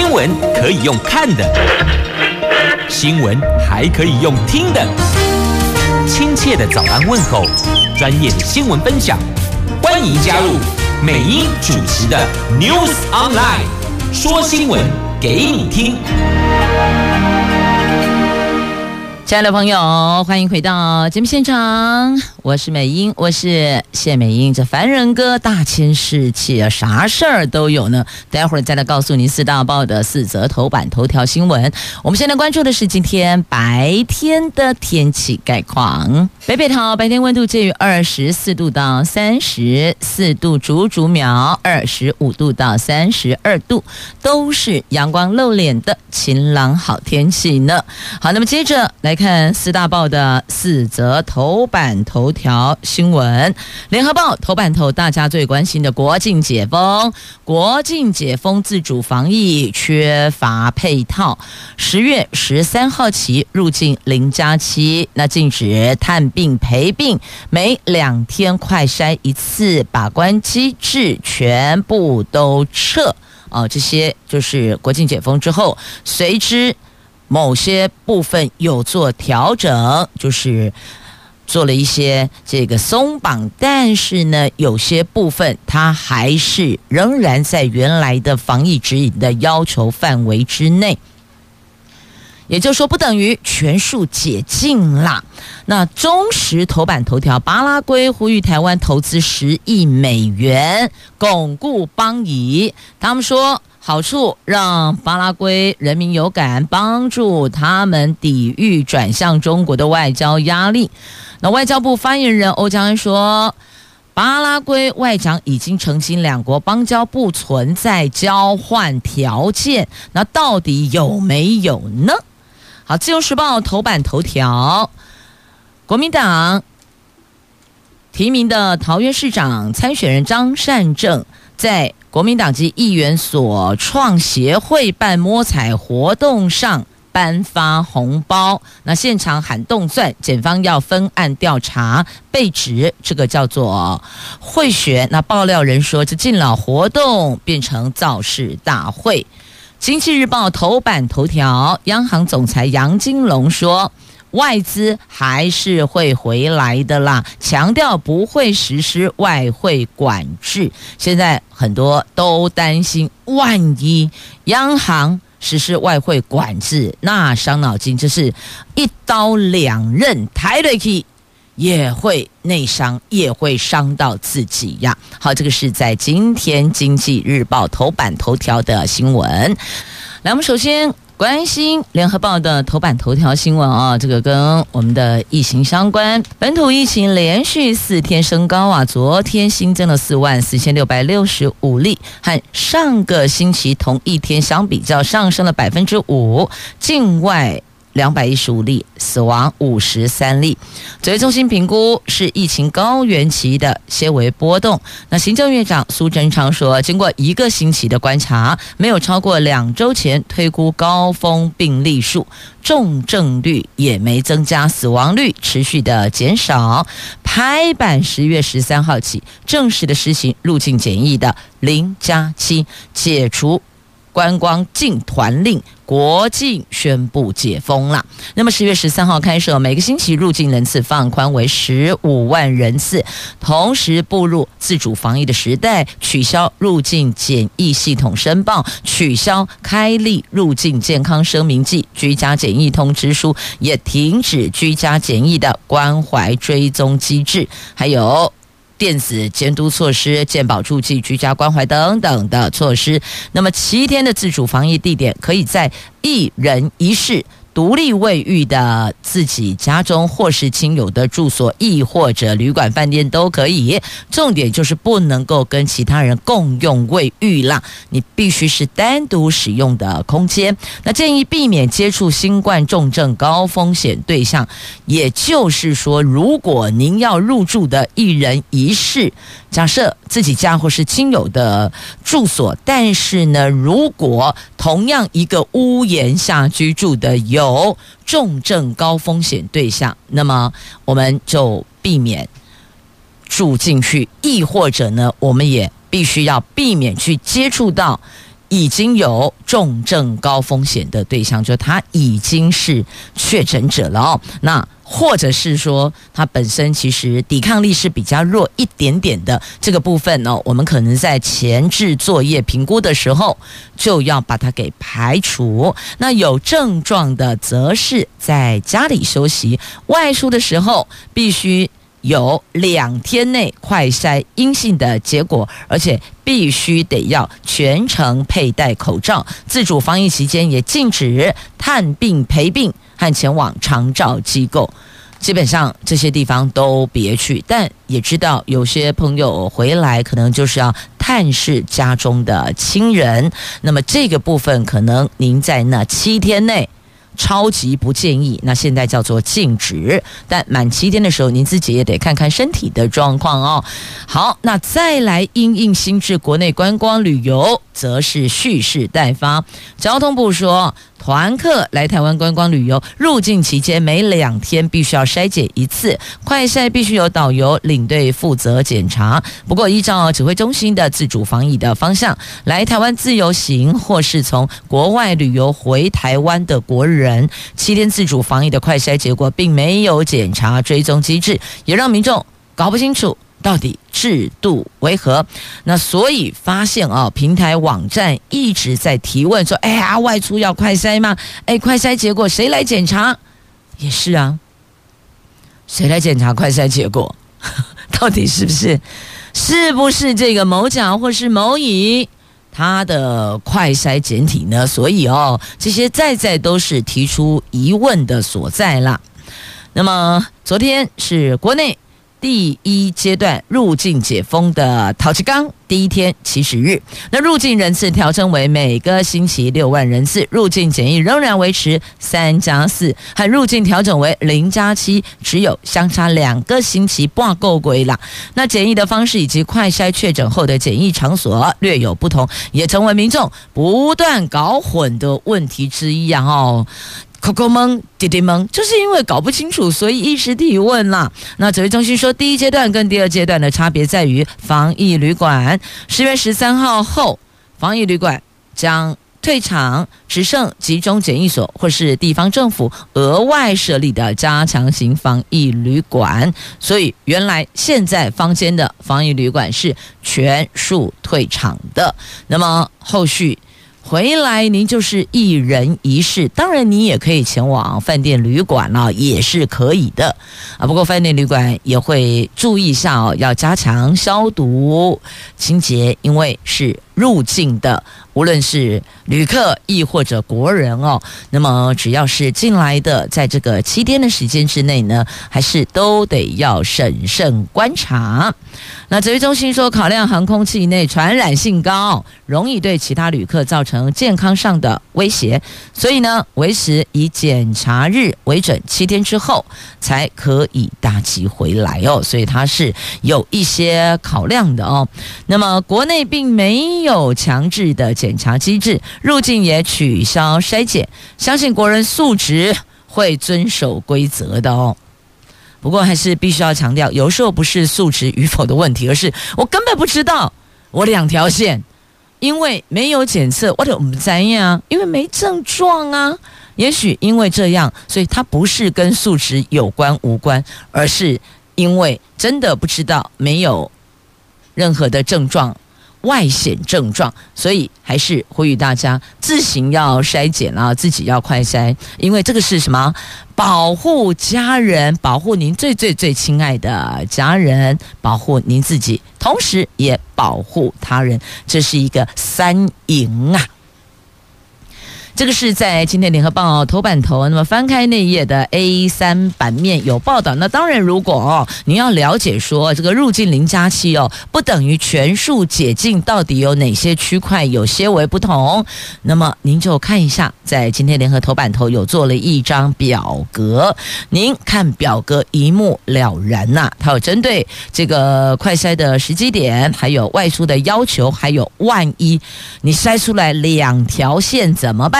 新闻可以用看的，新闻还可以用听的。亲切的早安问候，专业的新闻分享，欢迎加入美英主持的 News Online， 说新闻给你听。 亲爱的朋友，欢迎回到节目现场，我是美英，我是谢美英。这凡人歌大千世界，啥事儿都有呢。待会儿再来告诉您四大报的4则头版头条新闻。我们现在关注的是今天白天的天气概况。北桃白天温度介于24度到34度，竹苗25度到32度，都是阳光露脸的晴朗好天气呢。好，那么接着来看四大报的4则头版头条新闻。联合报头版头，大家最关心的国境解封，自主防疫缺乏配套，10月13号起入境0+7，那禁止探病陪病，每2天快筛一次，把关机制全部都撤。这些就是国境解封之后，随之某些部分有做调整，就是做了一些这个松绑，但是呢，有些部分它还是仍然在原来的防疫指引的要求范围之内。也就是说，不等于全数解禁啦。那中时头版头条，巴拉圭呼吁台湾投资10亿美元巩固邦谊。他们说，好处让巴拉圭人民有感，帮助他们抵御转向中国的外交压力。那外交部发言人欧江安说，巴拉圭外长已经澄清两国邦交不存在交换条件，那到底有没有呢？好，自由时报头版头条，国民党提名的桃园市长参选人张善政在国民党籍议员所创协会办摸彩活动上颁发红包，那现场喊动算，检方要分案调查，被指这个叫做贿选。那爆料人说，这敬老活动变成造势大会。经济日报头版头条，央行总裁杨金龙说，外资还是会回来的啦，强调不会实施外汇管制。现在很多都担心，万一央行实施外汇管制，那伤脑筋，这是一刀两刃，抬下去也会内伤，也会伤到自己呀。好，这个是在今天经济日报头版头条的新闻。来，我们首先关心联合报的头版头条新闻啊，这个跟我们的疫情相关。本土疫情连续4天升高啊，昨天新增了44665例，和上个星期同一天相比较上升了5%，境外215例，死亡53例。指挥中心评估是疫情高原期的些微波动。那行政院长苏贞昌说，经过1个星期的观察，没有超过2周前推估高峰病例数，重症率也没增加，死亡率持续的减少。拍板10月13号起正式的实行入境检疫的0+7，解除观光禁团令，国境宣布解封了。那么10月13号开始，每个星期入境人次放宽为15万人次，同时步入自主防疫的时代，取消入境检疫系统申报，取消开立入境健康声明暨居家检疫通知书，也停止居家检疫的关怀追踪机制，还有电子监督措施、健保助剂、居家关怀等等的措施。那么7天的自主防疫地点可以在1人1室独立卫浴的自己家中，或是亲友的住所，亦或者旅馆饭店都可以。重点就是不能够跟其他人共用卫浴啦，你必须是单独使用的空间。那建议避免接触新冠重症高风险对象，也就是说，如果您要入住的1人1室，假设自己家或是亲友的住所，但是呢，如果同样一个屋檐下居住的有重症高风险对象，那么我们就避免住进去，亦或者呢，我们也必须要避免去接触到已经有重症高风险的对象，就他已经是确诊者了哦。那或者是说他本身其实抵抗力是比较弱一点点的，这个部分呢，我们可能在前置作业评估的时候就要把它给排除。那有症状的则是在家里休息，外出的时候必须有2天内快筛阴性的结果，而且必须得要全程佩戴口罩。自主防疫期间也禁止探病陪病和前往长照机构，基本上这些地方都别去。但也知道有些朋友回来可能就是要探视家中的亲人，那么这个部分可能您在那7天内超级不建议，那现在叫做禁止，但满7天的时候您自己也得看看身体的状况哦。好，那再来因应新制国内观光旅游则是蓄势待发。交通部说，团客来台湾观光旅游入境期间每2天必须要筛检1次，快筛必须由导游领队负责检查。不过依照指挥中心的自主防疫的方向，来台湾自由行或是从国外旅游回台湾的国人7天自主防疫的快筛结果并没有检查追踪机制，也让民众搞不清楚到底制度为何。那所以发现平台网站一直在提问说，外出要快筛吗？快筛结果谁来检查？也是啊，谁来检查快筛结果？到底是不是这个某甲或是某乙他的快筛检体呢？所以这些在都是提出疑问的所在啦。那么昨天是国内第1阶段入境解封的桃池港第1天起始日，那入境人次调整为每个星期6万人次，入境检疫仍然维持3+4，和入境调整为0+7，只有相差2个星期半够归啦。那检疫的方式以及快筛确诊后的检疫场所略有不同，也成为民众不断搞混的问题之一啊扣扣蒙弟弟蒙，就是因为搞不清楚，所以一时提问啦。那指挥中心说，第1阶段跟第2阶段的差别在于防疫旅馆10月13号后，防疫旅馆将退场，只剩集中检疫所或是地方政府额外设立的加强型防疫旅馆。所以原来现在坊间的防疫旅馆是全数退场的。那么后续回来您就是1人1室，当然你也可以前往饭店旅馆也是可以的不过饭店旅馆也会注意一下要加强消毒清洁，因为是入境的，无论是旅客亦或者国人那么只要是进来的，在这个7天的时间之内呢，还是都得要审慎观察。那指挥中心说，考量航空器内传染性高，容易对其他旅客造成健康上的威胁，所以呢，维持以检查日为准，7天之后才可以搭机回来所以它是有一些考量的那么国内并没有强制的检查机制，入境也取消筛检，相信国人素质会遵守规则的不过还是必须要强调，有时候不是素质与否的问题，而是我根本不知道我2条线，因为没有检测，我就不知道因为没症状啊。也许因为这样，所以它不是跟素质有关无关，而是因为真的不知道，没有任何的症状，外显症状，所以还是呼吁大家自行要筛检自己要快筛，因为这个是什么？保护家人，保护您最最最亲爱的家人，保护您自己，同时也保护他人，这是一个3赢啊。这个是在今天联合报头版头，那么翻开那页的 A3 版面有报道。那当然如果您要了解说这个入境0+7不等于全数解禁，到底有哪些区块有些为不同，那么您就看一下，在今天联合头版头有做了一张表格，您看表格一目了然它有针对这个快筛的时机点，还有外出的要求，还有万一你筛出来2条线怎么办？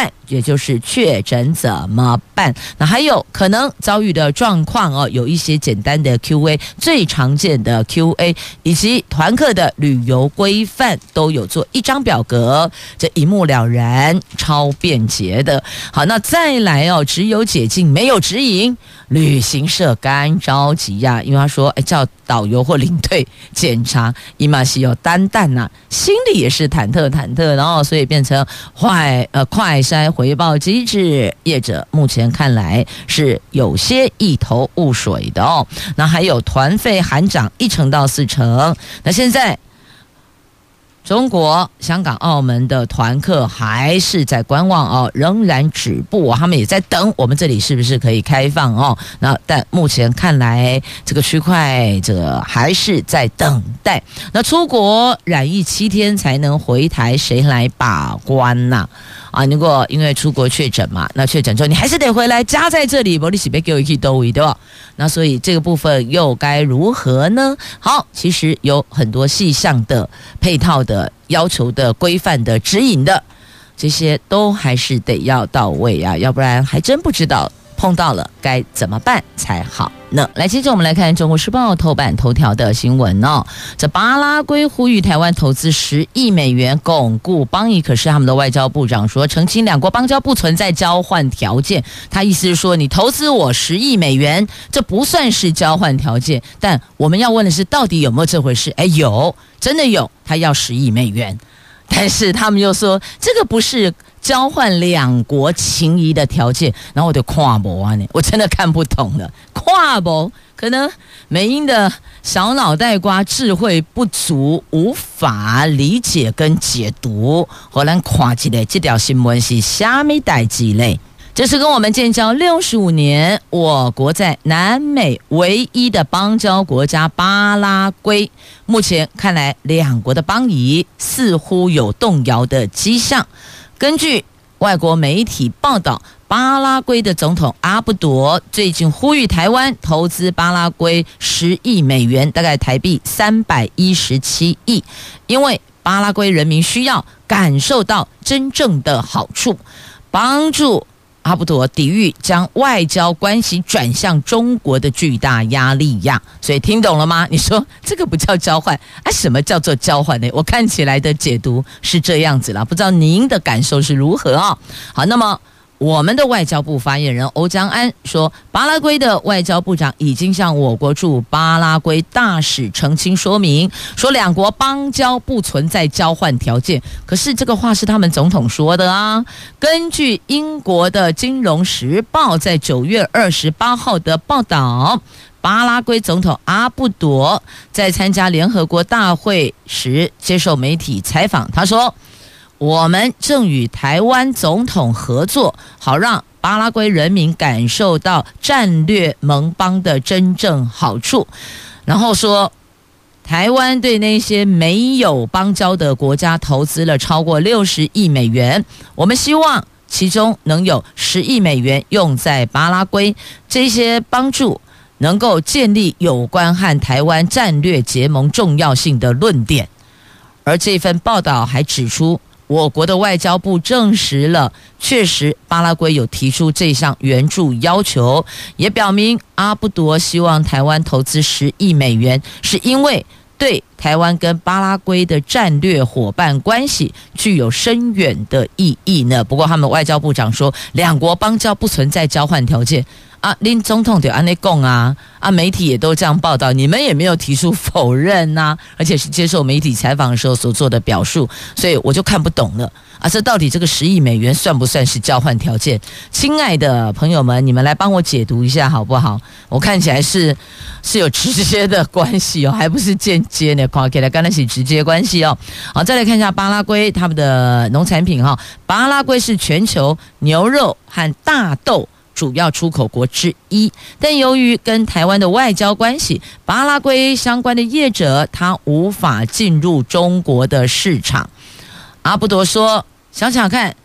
办？也就是确诊怎么办？那还有可能遭遇的状况哦，有一些简单的 Q&A， 最常见的 Q&A， 以及团客的旅游规范都有做一张表格，这一目了然，超便捷的。好，那再来哦，只有解禁没有指引，旅行社干着急呀，因为他说，叫导游或领队检查，伊玛西有单蛋呐，心里也是忐忑，然后所以变成快筛回报机制，业者目前看来是有些一头雾水的哦。那还有团费含涨1%到4%，那现在中国、香港、澳门的团客还是在观望哦，仍然止步，他们也在等我们这里是不是可以开放哦。那但目前看来，这个区块还是在等待。那出国染疫7天才能回台，谁来把关呢？如果因为出国确诊嘛，那确诊之后你还是得回来加在这里，不然你被给我一兜一对吧？那所以这个部分又该如何呢？好，其实有很多细项的配套的要求的规范的指引的，这些都还是得要到位啊，要不然还真不知道碰到了该怎么办才好呢？来，接着我们来看《中国时报》头版头条的新闻哦。这巴拉圭呼吁台湾投资10亿美元巩固邦谊，可是他们的外交部长说，澄清两国邦交不存在交换条件。他意思是说，你投资我10亿美元，这不算是交换条件。但我们要问的是，到底有没有这回事？有，真的有，他要10亿美元。但是他们又说这个不是交换两国情谊的条件，然后我就看不完呢，我真的看不懂了。看不，可能美英的小脑袋瓜智慧不足，无法理解跟解读。后来看起来这条新闻是什么代志嘞？这是跟我们建交65年，我国在南美唯一的邦交国家巴拉圭，目前看来两国的邦谊似乎有动摇的迹象。根据外国媒体报道，巴拉圭的总统阿布多最近呼吁台湾投资巴拉圭10亿美元，大概台币317亿，因为巴拉圭人民需要感受到真正的好处，帮助阿布多抵御将外交关系转向中国的巨大压力呀。所以听懂了吗？你说这个不叫交换什么叫做交换呢？我看起来的解读是这样子啦，不知道您的感受是如何啊？好，那么我们的外交部发言人欧江安说，巴拉圭的外交部长已经向我国驻巴拉圭大使澄清说明，说两国邦交不存在交换条件。可是这个话是他们总统说的啊。根据英国的《金融时报》在9月28号的报道，巴拉圭总统阿布多在参加联合国大会时接受媒体采访，他说，我们正与台湾总统合作，好让巴拉圭人民感受到战略盟邦的真正好处。然后说，台湾对那些没有邦交的国家投资了超过60亿美元，我们希望其中能有10亿美元用在巴拉圭，这些帮助能够建立有关和台湾战略结盟重要性的论点。而这份报道还指出，我国的外交部证实了，确实巴拉圭有提出这项援助要求，也表明阿布多希望台湾投资10亿美元，是因为对台湾跟巴拉圭的战略伙伴关系具有深远的意义呢。不过他们外交部长说，两国邦交不存在交换条件啊，林总统就安内讲啊，媒体也都这样报道，你们也没有提出否认啊，而且是接受媒体采访的时候所做的表述，所以我就看不懂了啊，这到底这个10亿美元算不算是交换条件？亲爱的朋友们，你们来帮我解读一下好不好？我看起来是有直接的关系哦，还不是间接的，看起来刚才是直接关系哦。好，再来看一下巴拉圭他们的农产品哈，巴拉圭是全球牛肉和大豆主要出口国之一，但由于跟台湾的外交关系，巴拉圭相关的业者他无法进入中国的市场。阿布多说，想想看，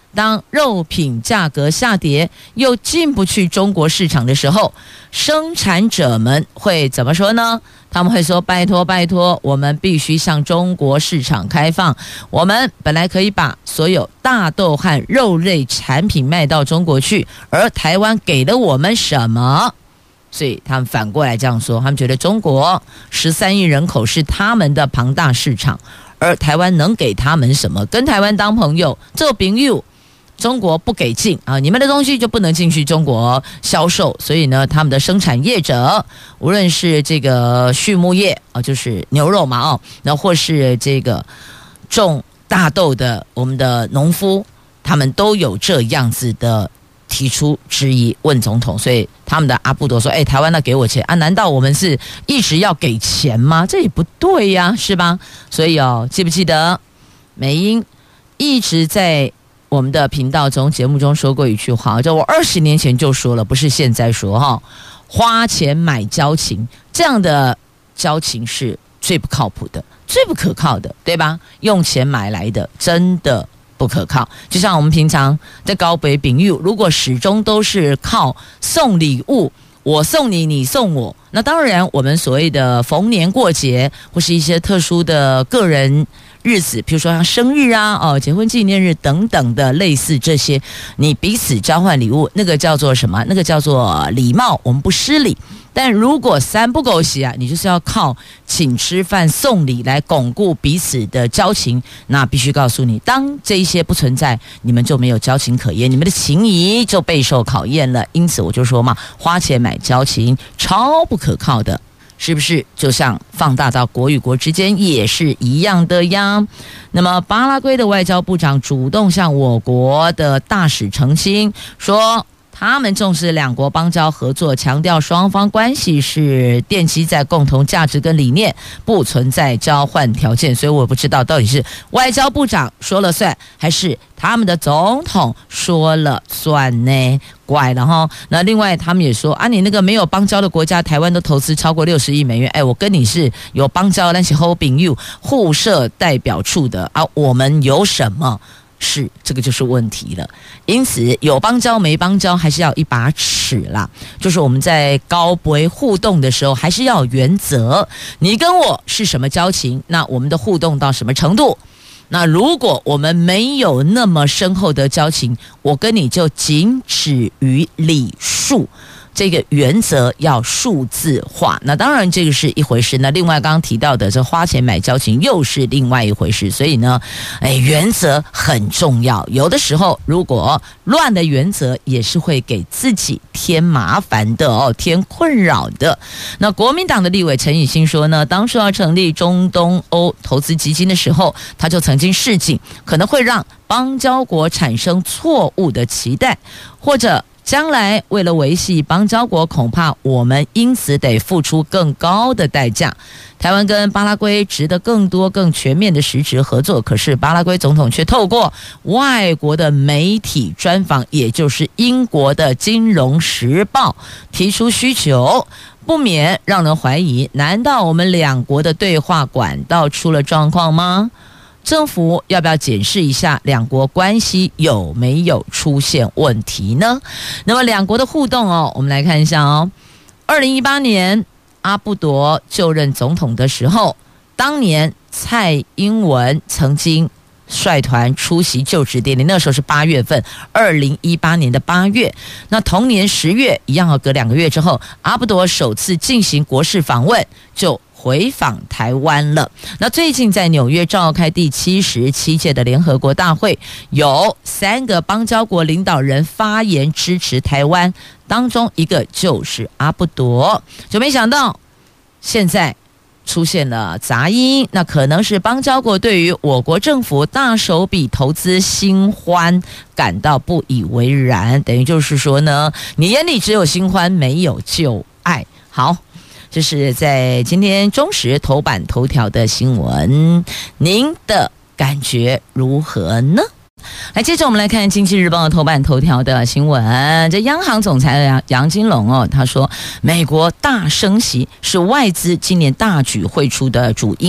当肉品价格下跌，又进不去中国市场的时候，生产者们会怎么说呢？他们会说拜托拜托，我们必须向中国市场开放，我们本来可以把所有大豆和肉类产品卖到中国去，而台湾给了我们什么？所以他们反过来这样说，他们觉得中国13亿人口是他们的庞大市场，而台湾能给他们什么？跟台湾当朋友，做朋友，中国不给进啊，你们的东西就不能进去中国销售。所以呢，他们的生产业者，无论是这个畜牧业啊，就是牛肉嘛哦，那或是这个种大豆的我们的农夫，他们都有这样子的提出质疑问总统。所以他们的阿布多说，台湾那给我钱啊，难道我们是一直要给钱吗？这也不对呀，是吧？所以记不记得美英一直在我们的频道中节目中说过一句话，就我20年前就说了，不是现在说花钱买交情，这样的交情是最不靠谱的，最不可靠的，对吧？用钱买来的真的不可靠。就像我们平常在高北丙玉，如果始终都是靠送礼物，我送你，你送我，那当然我们所谓的逢年过节或是一些特殊的个人日子，比如说像生日啊、结婚纪念日等等的类似这些，你彼此交换礼物，那个叫做什么？那个叫做礼貌，我们不失礼。但如果三不狗席啊，你就是要靠请吃饭送礼来巩固彼此的交情，那必须告诉你，当这一些不存在，你们就没有交情可言，你们的情谊就备受考验了。因此我就说嘛，花钱买交情超不可靠的，是不是？就像放大到国与国之间也是一样的呀。那么巴拉圭的外交部长主动向我国的大使澄清说，他们重视两国邦交合作，强调双方关系是奠基在共同价值跟理念，不存在交换条件。所以我不知道到底是外交部长说了算，还是他们的总统说了算呢？怪了哈。那另外他们也说啊，你那个没有邦交的国家，台湾都投资超过60亿美元。我跟你是有邦交，但是好朋友互设代表处的啊，我们有什么？是，这个就是问题了。因此有邦交没邦交还是要一把尺啦，就是我们在高博互动的时候还是要有原则，你跟我是什么交情，那我们的互动到什么程度。那如果我们没有那么深厚的交情，我跟你就仅止于礼数，这个原则要数字化。那当然这个是一回事，那另外刚刚提到的这花钱买交情又是另外一回事。所以呢原则很重要，有的时候如果乱的原则也是会给自己添麻烦的添困扰的。那国民党的立委陈以欣说呢，当初要成立中东欧投资基金的时候，他就曾经示警，可能会让邦交国产生错误的期待，或者将来为了维系邦交国，恐怕我们因此得付出更高的代价。台湾跟巴拉圭值得更多更全面的实质合作，可是巴拉圭总统却透过外国的媒体专访，也就是英国的《金融时报》提出需求，不免让人怀疑，难道我们两国的对话管道出了状况吗？政府要不要检视一下两国关系有没有出现问题呢？那么两国的互动我们来看一下2018年阿布多就任总统的时候，当年蔡英文曾经率团出席就职典礼，那个时候是8月份，2018年的8月。那同年10月，一样隔2个月之后，阿布多首次进行国事访问，就回访台湾了。那最近在纽约召开第77届的联合国大会，有3个邦交国领导人发言支持台湾，当中一个就是阿布多。就没想到现在出现了杂音，那可能是邦交国对于我国政府大手笔投资新欢感到不以为然，等于就是说呢，你眼里只有新欢没有旧爱。好，这是在今天中时头版头条的新闻，您的感觉如何呢？来，接着我们来看经济日报头版头条的新闻。这央行总裁杨金龙他说，美国大升息是外资今年大举汇出的主因，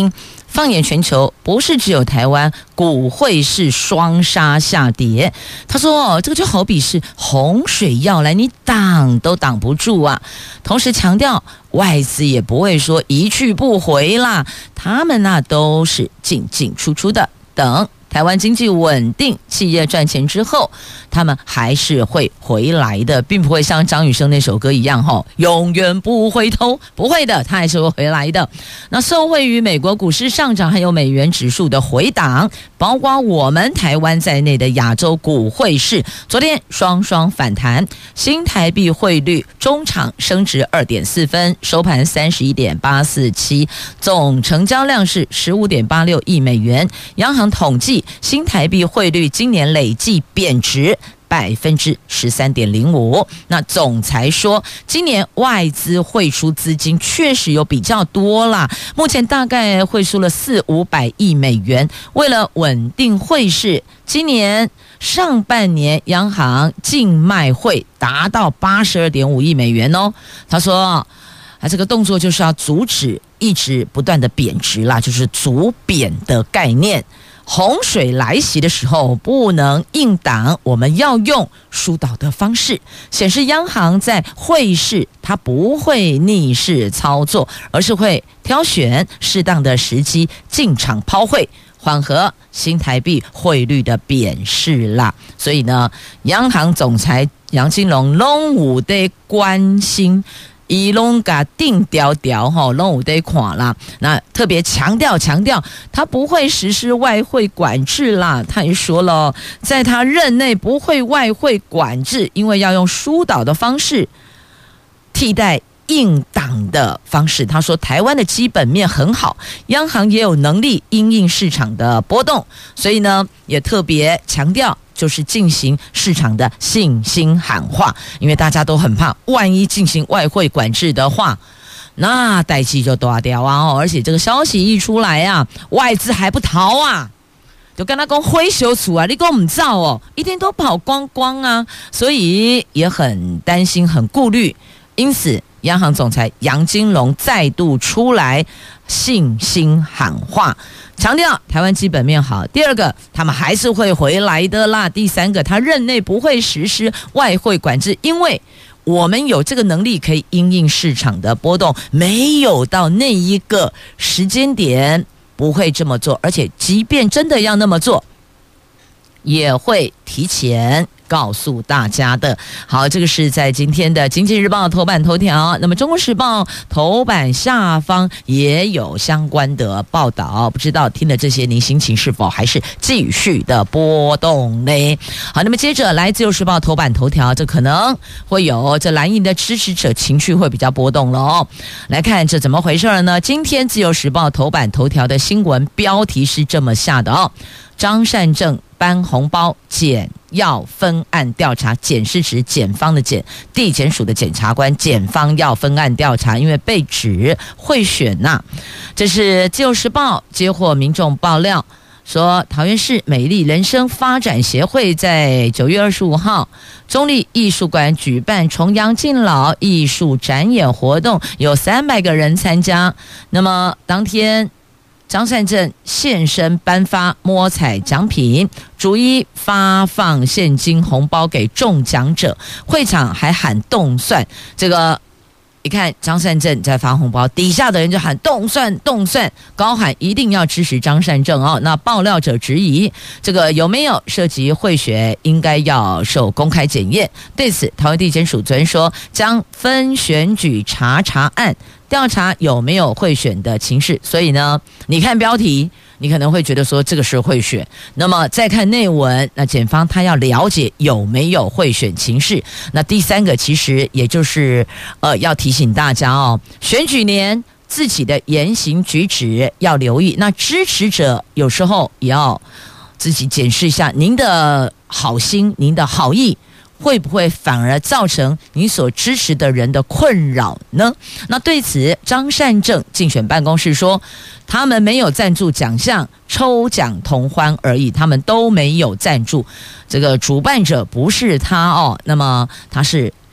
放眼全球，不是只有台湾股汇是双杀下跌。他说这个就好比是洪水要来，你挡都挡不住啊。同时强调外资也不会说一去不回啦，他们都是进进出出的，等台湾经济稳定，企业赚钱之后，他们还是会回来的，并不会像张雨生那首歌一样永远不回头，不会的，他还是会回来的。那受惠于美国股市上涨，还有美元指数的回档，包括我们台湾在内的亚洲股汇市，昨天双双反弹，新台币汇率中场升值2.4分，收盘31.847，总成交量是15.86亿美元。央行统计，新台币汇率今年累计贬值13.05%。那总裁说，今年外资汇出资金确实有比较多啦，目前大概汇出了400-500亿美元。为了稳定汇市，今年上半年央行净卖汇达到82.5亿美元哦。他说这个动作就是要阻止一直不断的贬值啦，就是阻贬的概念。洪水来袭的时候不能硬挡，我们要用疏导的方式，显示央行在汇市它不会逆势操作，而是会挑选适当的时机进场抛汇，缓和新台币汇率的贬势啦。所以呢，央行总裁杨金龙拢有在关心，伊拢甲定调调拢有在看啦。那特别强调他不会实施外汇管制啦。他也说了，在他任内不会外汇管制，因为要用疏导的方式替代硬挡的方式。他说台湾的基本面很好，央行也有能力因应市场的波动，所以呢也特别强调就是进行市场的信心喊话，因为大家都很怕万一进行外汇管制的话，那代志就大条啊。而且这个消息一出来啊，外资还不逃啊，就跟他讲挥手处啊，你给我们造哦，一定都跑光光啊，所以也很担心很顾虑。因此央行总裁杨金龙再度出来信心喊话，强调台湾基本面好，第二个他们还是会回来的啦，第三个他任内不会实施外汇管制，因为我们有这个能力可以因应市场的波动，没有到那一个时间点不会这么做，而且即便真的要那么做也会提前告诉大家的。好，这个是在今天的经济日报头版头条，那么中国时报头版下方也有相关的报道，不知道听了这些您心情是否还是继续的波动呢？好，那么接着来自由时报头版头条，这可能会有这蓝营的支持者情绪会比较波动了哦。来看这怎么回事呢？今天自由时报头版头条的新闻标题是这么下的哦，张善政颁红包，检要分案调查，检是指检方的检，地检署的检察官，检方要分案调查，因为被指贿选呐。这是自由时报接获民众爆料，说桃园市美丽人生发展协会在9月25号中立艺术馆举办重阳敬老艺术展演活动，有300个人参加。那么当天张善政现身颁发摸彩奖品，逐一发放现金红包给中奖者，会场还喊动算。这个一看张善政在发红包，底下的人就喊动算动算，高喊一定要支持张善政哦。那爆料者质疑这个有没有涉及贿选，应该要受公开检验。对此，桃园地检署昨天说将分选举查案，调查有没有贿选的情势。所以呢，你看标题你可能会觉得说这个是贿选，那么再看内文，那检方他要了解有没有贿选情势。那第三个其实也就是要提醒大家哦，选举年自己的言行举止要留意，那支持者有时候也要自己检视一下您的好心，您的好意会不会反而造成你所支持的人的困扰呢？那对此，张善政竞选办公室说，他们没有赞助奖项，抽奖同欢而已，他们都没有赞助。这个主办者不是他哦，那么他是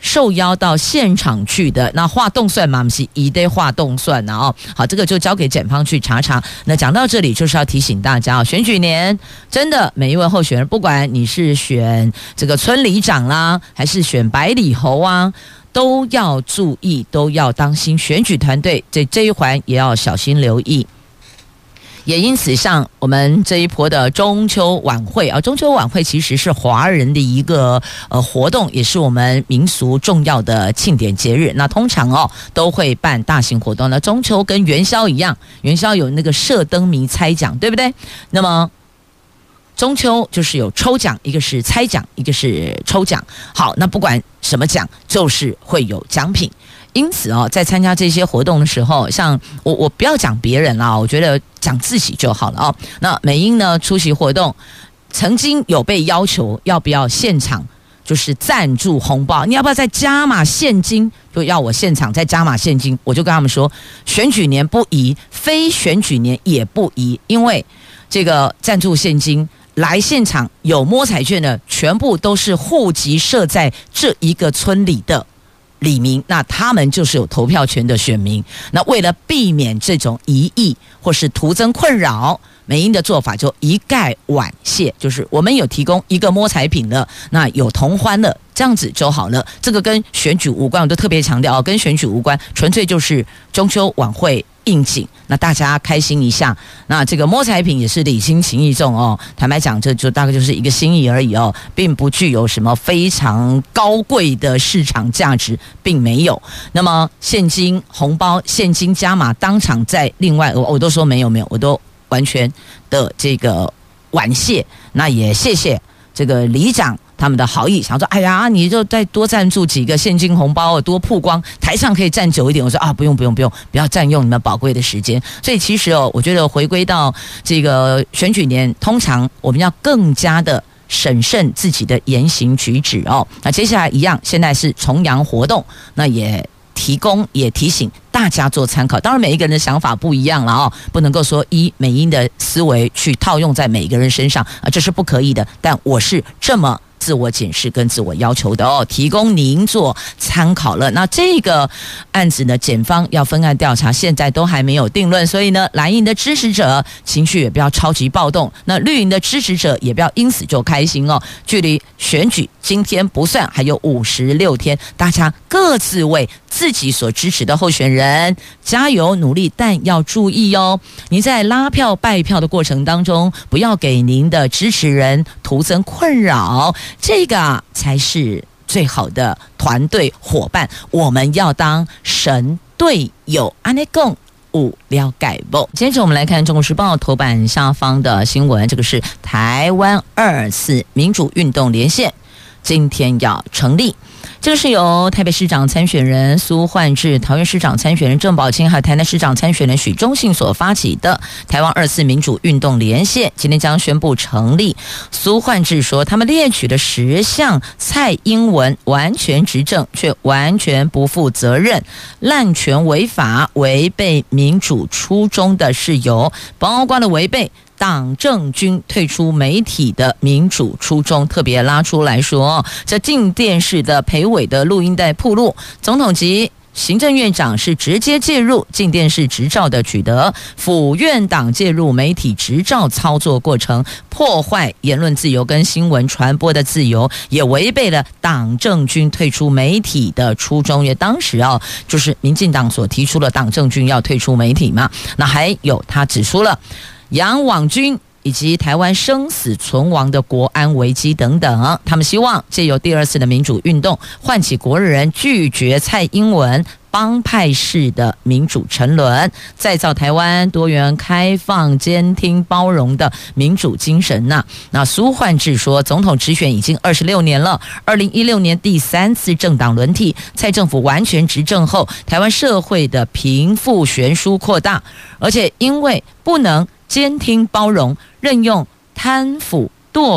受邀到现场去的，那画动算嘛，不是一得画动算呢哦。好，这个就交给检方去查查。那讲到这里，就是要提醒大家哦，选举年真的每一位候选人，不管你是选这个村里长啦，还是选百里侯啊，都要注意，都要当心。选举团队这一环也要小心留意。也因此，像我们这一波的中秋晚会啊，中秋晚会其实是华人的一个活动，也是我们民俗重要的庆典节日。那通常都会办大型活动。那中秋跟元宵一样，元宵有那个射灯谜猜奖，对不对？那么中秋就是有抽奖，一个是猜奖，一个是抽奖。好，那不管什么奖，就是会有奖品。因此在参加这些活动的时候，像我不要讲别人啦，我觉得讲自己就好了那美英呢出席活动，曾经有被要求要不要现场就是赞助红包，你要不要再加码现金？就要我现场再加码现金，我就跟他们说，选举年不宜，非选举年也不宜，因为这个赞助现金。来现场有摸彩券的，全部都是户籍设在这一个村里的里民，那他们就是有投票权的选民。那为了避免这种疑义或是徒增困扰，美英的做法就一概婉谢，就是我们有提供一个摸彩品了，那有同欢了，这样子就好了。这个跟选举无关，我都特别强调跟选举无关，纯粹就是中秋晚会应景，那大家开心一下。那这个摸彩品也是礼轻情意重坦白讲，这就大概就是一个心意而已并不具有什么非常高贵的市场价值，并没有。那么现金红包、现金加码，当场再另外我都说没有，我都完全的这个婉谢。那也谢谢这个里长他们的好意，想说哎呀，你就再多赞助几个现金红包，多曝光，台上可以站久一点。我说不用，不要占用你们宝贵的时间。所以其实我觉得回归到这个选举年，通常我们要更加的审慎自己的言行举止那接下来一样，现在是重阳活动，那也提醒大家做参考。当然每一个人的想法不一样了不能够说依美英的思维去套用在每一个人身上这是不可以的。但我是这么自我检视跟自我要求的提供您做参考了。那这个案子呢，检方要分案调查，现在都还没有定论，所以呢，蓝营的支持者情绪也不要超级暴动，那绿营的支持者也不要因此就开心距离选举今天不算还有56天，大家各自为自己所支持的候选人加油努力，但要注意您在拉票拜票的过程当中，不要给您的支持人徒增困扰，这个才是最好的团队伙伴。我们要当神队友，安内共无了解不？接着我们来看《中国时报》头版下方的新闻，这个是台湾2次民主运动连线今天要成立。这个是由台北市长参选人苏焕智、桃园市长参选人郑宝清还有台南市长参选人许忠信所发起的台湾2次民主运动连线，今天将宣布成立。苏焕智说，他们列举的10项蔡英文完全执政却完全不负责任、滥权违法、违背民主初衷的事由，包括了违背党政军退出媒体的民主初衷，特别拉出来说，这进电视的裴伟的录音带曝露，总统及行政院长是直接介入进电视执照的取得，府院党介入媒体执照操作过程，破坏言论自由跟新闻传播的自由，也违背了党政军退出媒体的初衷。因为当时就是民进党所提出了党政军要退出媒体嘛。那还有他指出了杨网军以及台湾生死存亡的国安危机等等，他们希望借由第2次的民主运动，唤起国人拒绝蔡英文帮派式的民主沉沦，再造台湾多元开放、监听包容的民主精神那苏焕智说，总统直选已经26年了，2016年第3次政党轮替，蔡政府完全执政后，台湾社会的贫富悬殊扩大，而且因为不能监听包容，任用贪腐堕落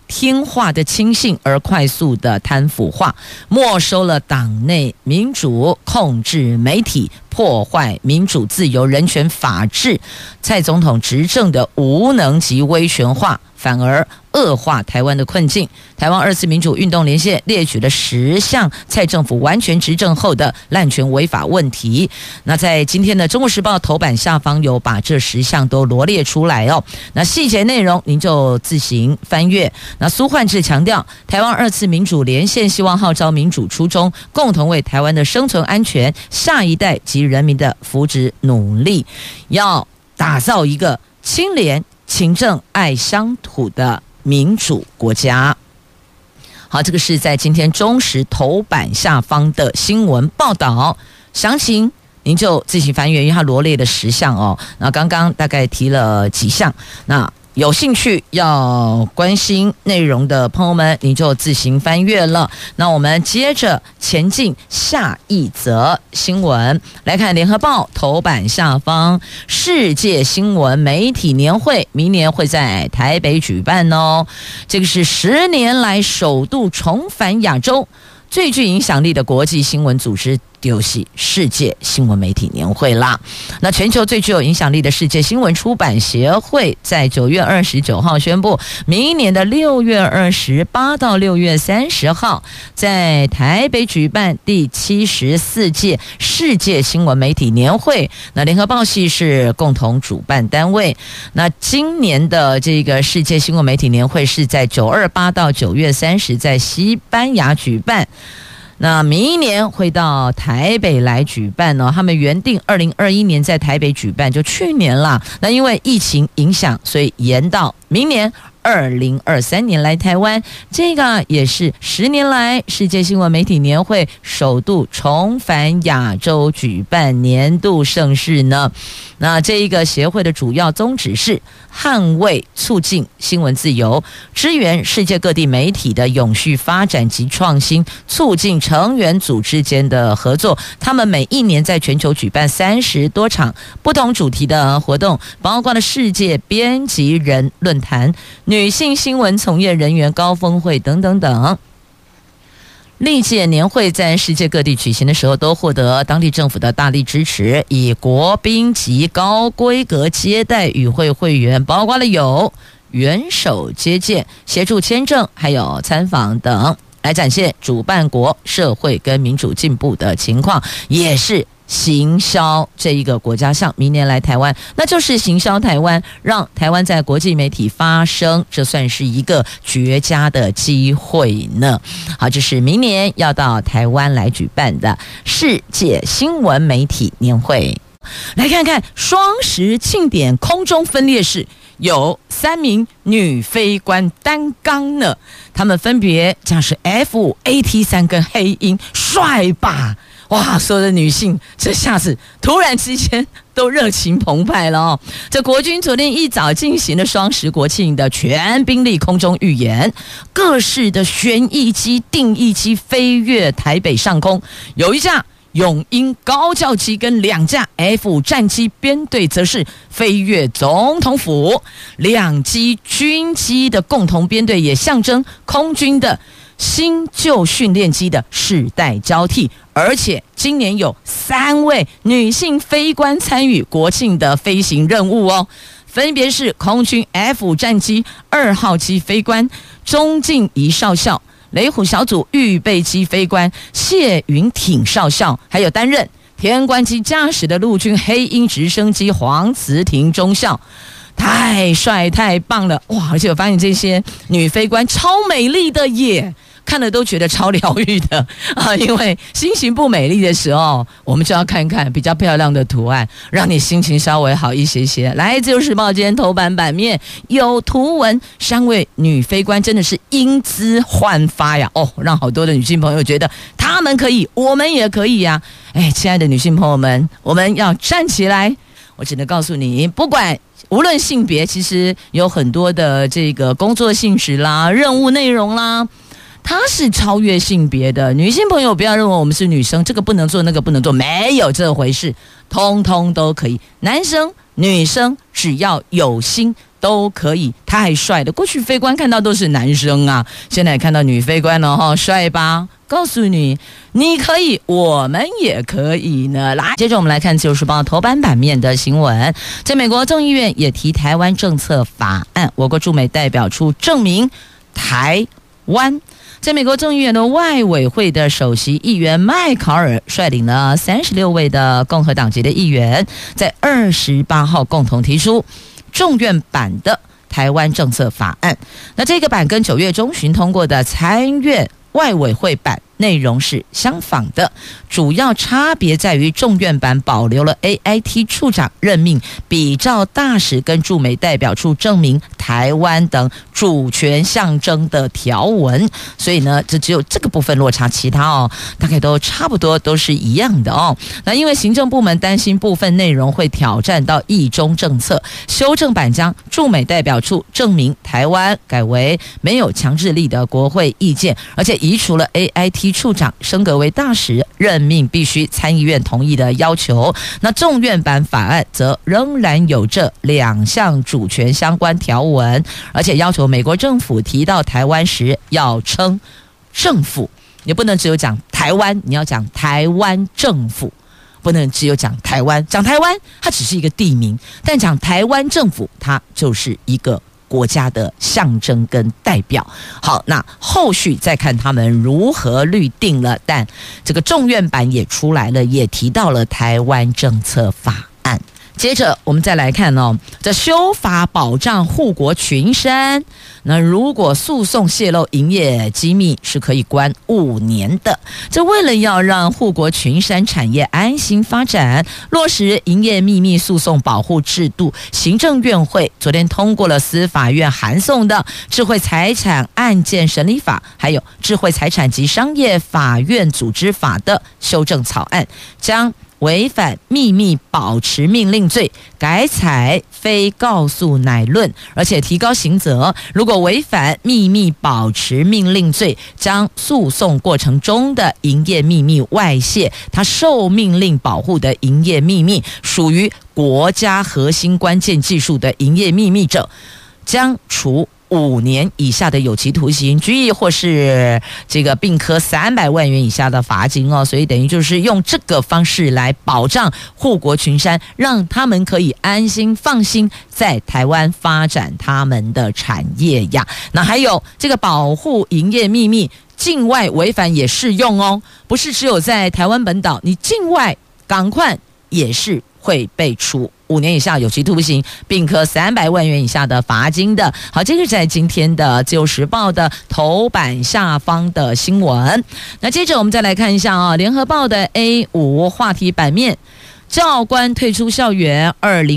听话的亲信而快速的贪腐化，没收了党内民主，控制媒体，破坏民主自由、人权、法治。蔡总统执政的无能及威权化，反而恶化台湾的困境。台湾2次民主运动连线列举了10项蔡政府完全执政后的滥权违法问题。那在今天的《中国时报》头版下方有把这10项都罗列出来哦。那细节内容您就自行翻阅。那苏焕智强调，台湾2次民主连线希望号召民主初衷，共同为台湾的生存安全、下一代及人民的福祉努力，要打造一个清廉、勤政、爱乡土的民主国家。好，这个是在今天中时头版下方的新闻报道，详情您就自行翻阅，因为它罗列的10项哦。那刚刚大概提了几项，那有兴趣要关心内容的朋友们，你就自行翻阅了。那我们接着前进下一则新闻，来看联合报头版下方，世界新闻媒体年会明年会在台北举办哦。这个是10年来首度重返亚洲，最具影响力的国际新闻组织就是世界新闻媒体年会啦。那全球最具有影响力的世界新闻出版协会在9月29号宣布，明年的6月28到6月30号在台北举办第74届世界新闻媒体年会。那联合报系是共同主办单位。那今年的这个世界新闻媒体年会是在928到9月30在西班牙举办。那明年会到台北来举办呢，他们原定2021年在台北举办，就去年啦。那因为疫情影响，所以延到明年2023年来台湾。这个也是10年来世界新闻媒体年会首度重返亚洲举办年度盛事呢。那这一个协会的主要宗旨是捍卫、促进新闻自由，支援世界各地媒体的永续发展及创新，促进成员组之间的合作。他们每一年在全球举办30多场不同主题的活动，包括了世界编辑人论坛、女性新闻从业人员高峰会等等等。历届年会在世界各地举行的时候，都获得当地政府的大力支持，以国宾级高规格接待与会会员，包括了有元首接见、协助签证，还有参访等，来展现主办国社会跟民主进步的情况，也是行销这一个国家向明年来台湾，那就是行销台湾，让台湾在国际媒体发声，这算是一个绝佳的机会呢。好，这是明年要到台湾来举办的世界新闻媒体年会。来看看双十庆典空中分列式，有3名女飞官担纲呢，他们分别将是 F-5、AT-3跟黑鹰，帅吧？哇，所有的女性这下子突然之间都热情澎湃了哦！这国军昨天一早进行了双十国庆的全兵力空中预演，各式的旋翼机、定翼机飞越台北上空，有一架永鹰高教机跟2架 F 战机编队则是飞越总统府，2机军机的共同编队也象征空军的新旧训练机的世代交替，而且今年有3位女性飞官参与国庆的飞行任务哦，分别是空军 F 战机2号机飞官钟敬怡少校、雷虎小组预备机飞官谢云挺少校，还有担任天官机驾驶的陆军黑鹰直升机黄慈廷中校。太帅太棒了哇！而且我发现这些女飞官超美丽的耶，看了都觉得超疗愈的啊！因为心情不美丽的时候，我们就要看看比较漂亮的图案，让你心情稍微好一些些。来，自由时报今天头版版面有图文，3位女飞官真的是英姿焕发呀！哦，让好多的女性朋友觉得她们可以，我们也可以呀！哎，亲爱的女性朋友们，我们要站起来！我只能告诉你，不管无论性别，其实有很多的这个工作性质啦、任务内容啦，它是超越性别的。女性朋友不要认为我们是女生，这个不能做，那个不能做，没有这回事，通通都可以。男生、女生只要有心， 都可以，太帅了。过去飞官看到都是男生啊，现在看到女飞官了哈，帅吧？告诉你，你可以，我们也可以呢。来，接着我们来看《自由时报》头版版面的新闻，在美国众议院也提台湾政策法案，我国驻美代表处证明台湾。在美国众议院的外委会的首席议员麦考尔率领了36位的共和党籍的议员，在28号共同提出众院版的台湾政策法案。那这个版跟9月中旬通过的参院外委会版内容是相仿的，主要差别在于众院版保留了 AIT 处长任命比照大使跟驻美代表处证明台湾等主权象征的条文，所以呢，这只有这个部分落差，其他大概都差不多，都是一样的哦。那因为行政部门担心部分内容会挑战到一中政策，修正版将驻美代表处证明台湾改为没有强制力的国会意见，而且移除了 AIT处长升格为大使任命必须参议院同意的要求。那众院版法案则仍然有这2项主权相关条文，而且要求美国政府提到台湾时要称政府，也不能只有讲台湾，你要讲台湾政府，不能只有讲台湾。讲台湾它只是一个地名，但讲台湾政府它就是一个国家的象征跟代表。好，那后续再看他们如何律定了，但这个众院版也出来了，也提到了台湾政策法案。接着我们再来看这修法保障护国群山，那如果诉讼泄露营业机密是可以关5年的。这为了要让护国群山产业安心发展，落实营业秘密诉讼保护制度，行政院会昨天通过了司法院函送的智慧财产案件审理法，还有智慧财产及商业法院组织法的修正草案，将违反秘密保持命令罪改采非告诉乃论，而且提高刑责。如果违反秘密保持命令罪，将诉讼过程中的营业秘密外泄，他受命令保护的营业秘密属于国家核心关键技术的营业秘密者，将处5年以下的有期徒刑、拘役或是这个并科300万元以下的罚金哦。所以等于就是用这个方式来保障护国群山，让他们可以安心放心在台湾发展他们的产业呀。那还有这个保护营业秘密，境外违反也适用哦，不是只有在台湾本岛，你境外赶快也是会被处5年以下有期徒刑，并科300万元以下的罚金的。好，这个是在今天的《自由时报》的头版下方的新闻。那接着我们再来看一下《联合报》的 A5 话题版面。教官退出校园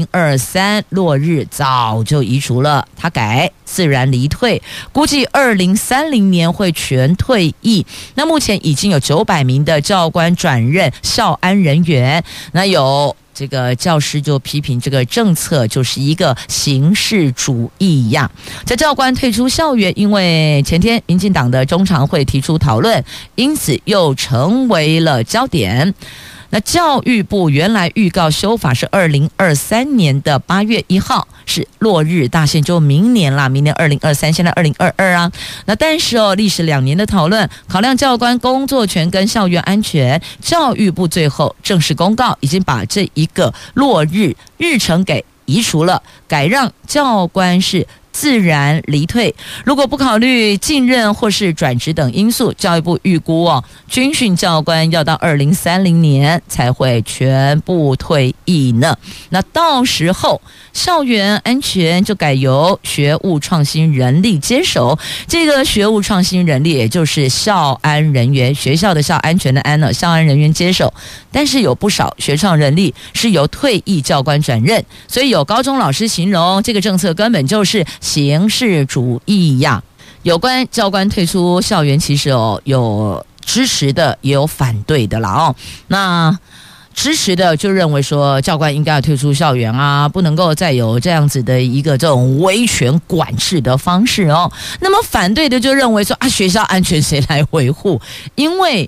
，2023落日早就移除了，他改自然离退，估计2030年会全退役。那目前已经有900名的教官转任校安人员，那有这个教师就批评这个政策就是一个形式主义呀。这教官退出校园，因为前天民进党的中常会提出讨论，因此又成为了焦点。那教育部原来预告修法是2023年的8月1号，是落日大限，就明年啦，明年2023，现在2022啊。那但是历时2年的讨论，考量教官工作权跟校园安全，教育部最后正式公告，已经把这一个落日日程给移除了，改让教官是自然离退。如果不考虑进任或是转职等因素，教育部预估军训教官要到2030年才会全部退役呢。那到时候校园安全就改由学务创新人力接手，这个学务创新人力也就是校安人员，学校的校，安全的安呢，校安人员接手。但是有不少学创人力是由退役教官转任，所以有高中老师形容这个政策根本就是形式主义呀。有关教官退出校园，其实有支持的也有反对的啦那支持的就认为说教官应该要退出校园啊，不能够再有这样子的一个这种威权管制的方式那么反对的就认为说学校安全谁来维护？因为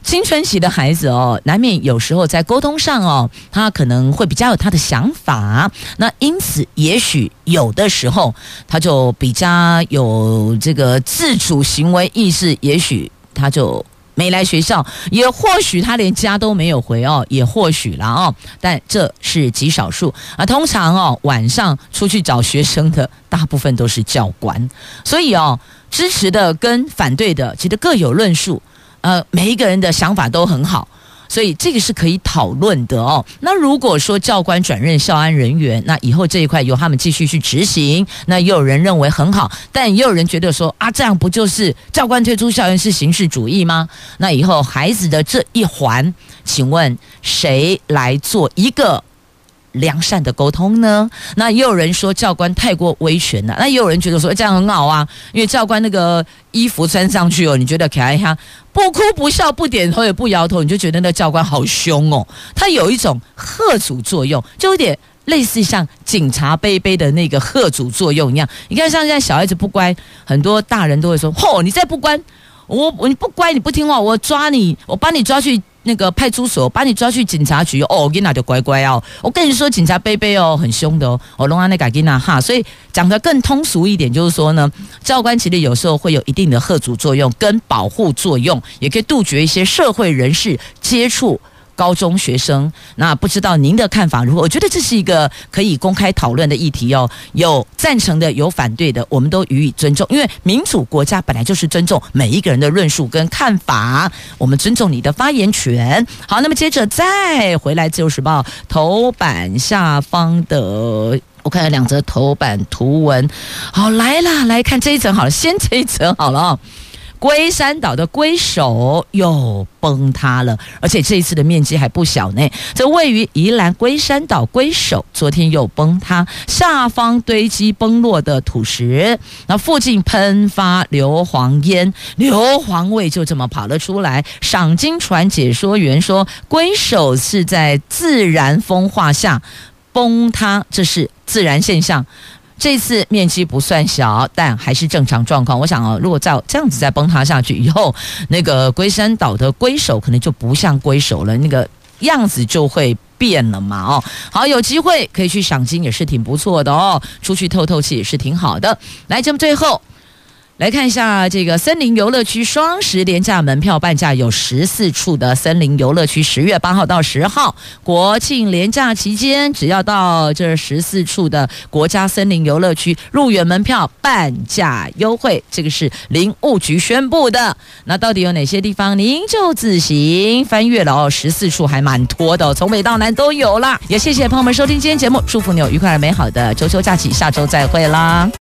青春期的孩子哦，难免有时候在沟通上哦，他可能会比较有他的想法，那因此也许有的时候他就比较有这个自主行为意识，也许他就没来学校，也或许他连家都没有回哦，也或许啦哦，但这是极少数啊。通常哦，晚上出去找学生的大部分都是教官，所以哦，支持的跟反对的其实各有论述。每一个人的想法都很好，所以这个是可以讨论的哦。那如果说教官转任校安人员，那以后这一块由他们继续去执行，那也有人认为很好，但也有人觉得说啊，这样不就是教官退出校园是形式主义吗？那以后孩子的这一环，请问谁来做一个良善的沟通呢？那也有人说教官太过威权了，那也有人觉得说这样很好啊，因为教官那个衣服穿上去哦，你觉得可爱哈，不哭不笑不点头也不摇头，你就觉得那教官好凶哦，他有一种吓阻作用，就有点类似像警察杯杯的那个吓阻作用一样。你看像现在小孩子不乖，很多大人都会说你再不乖，你不乖你不听话，我抓你，我把你抓去那个派出所，把你抓去警察局哦，给那就乖乖哦。我跟你说，警察贝贝哦，很凶的哦，我弄安那改给那哈。所以讲得更通俗一点，就是说呢，教官其实有时候会有一定的吓阻作用跟保护作用，也可以杜绝一些社会人士接触高中学生。那不知道您的看法如何？我觉得这是一个可以公开讨论的议题哦，有赞成的，有反对的，我们都予以尊重，因为民主国家本来就是尊重每一个人的论述跟看法，我们尊重你的发言权。好，那么接着再回来自由时报头版下方的，我看了2则头版图文。好，来啦，来看这一则好了，先这一则好了哦。龟山岛的龟首又崩塌了，而且这一次的面积还不小呢。这位于宜兰龟山岛龟首，昨天又崩塌，下方堆积崩落的土石，那附近喷发硫磺烟，硫磺味就这么跑了出来。赏金船解说员说，龟首是在自然风化下崩塌，这是自然现象。这次面积不算小，但还是正常状况。我想如果这样子再崩塌下去以后，那个龟山岛的龟首可能就不像龟首了，那个样子就会变了嘛哦。好，有机会可以去赏金也是挺不错的哦，出去透透气也是挺好的。来，节目最后来看一下这个森林游乐区双十连假门票半价，有14处的森林游乐区10月8号到10号国庆连假期间，只要到这14处的国家森林游乐区入园门票半价优惠，这个是林务局宣布的。那到底有哪些地方，您就自行翻阅了哦，14处还蛮多的哦，从北到南都有啦。也谢谢朋友们收听今天节目，祝福你有愉快而美好的周休假期，下周再会啦。